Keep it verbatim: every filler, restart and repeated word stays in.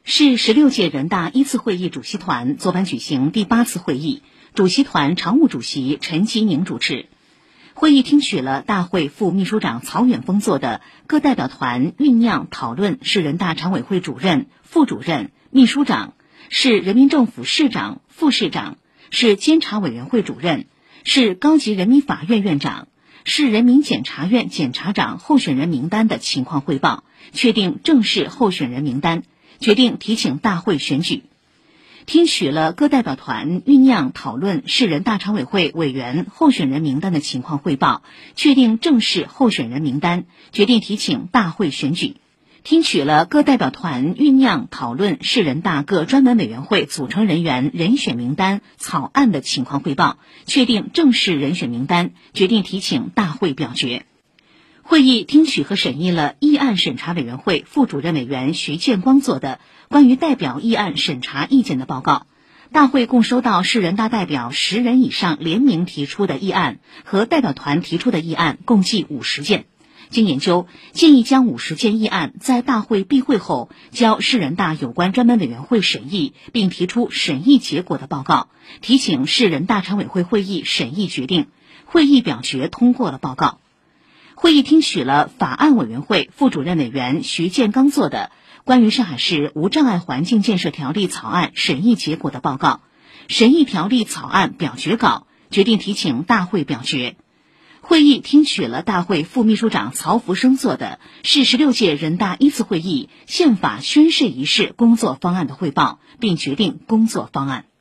市十六届人大一次会议主席团昨晚举行第八次会议，主席团常务主席陈吉宁主持。会议听取了大会副秘书长曹远峰做的各代表团酝酿讨论市人大常委会主任、副主任、秘书长、市人民政府市长、副市长、市监察委员会主任、市高级人民法院院长、市人民检察院检察长候选人名单的情况汇报，确定正式候选人名单，决定提请大会选举。听取了各代表团酝酿讨论市人大常委会委员候选人名单的情况汇报，确定正式候选人名单，决定提请大会选举。听取了各代表团酝酿讨论市人大各专门委员会组成人员人选名单草案的情况汇报，确定正式人选名单，决定提请大会表决。会议听取和审议了议案审查委员会副主任委员徐建光做的关于代表议案审查意见的报告。大会共收到市人大代表十人以上联名提出的议案和代表团提出的议案共计五十件。经研究，建议将五十件议案在大会闭会后交市人大有关专门委员会审议，并提出审议结果的报告，提请市人大常委会会议审议决定。会议表决通过了报告。会议听取了法案委员会副主任委员徐建刚做的关于上海市无障碍环境建设条例草案审议结果的报告，审议条例草案表决稿，决定提请大会表决。会议听取了大会副秘书长曹福生做的市十六届人大一次会议宪法宣誓仪式工作方案的汇报，并决定工作方案。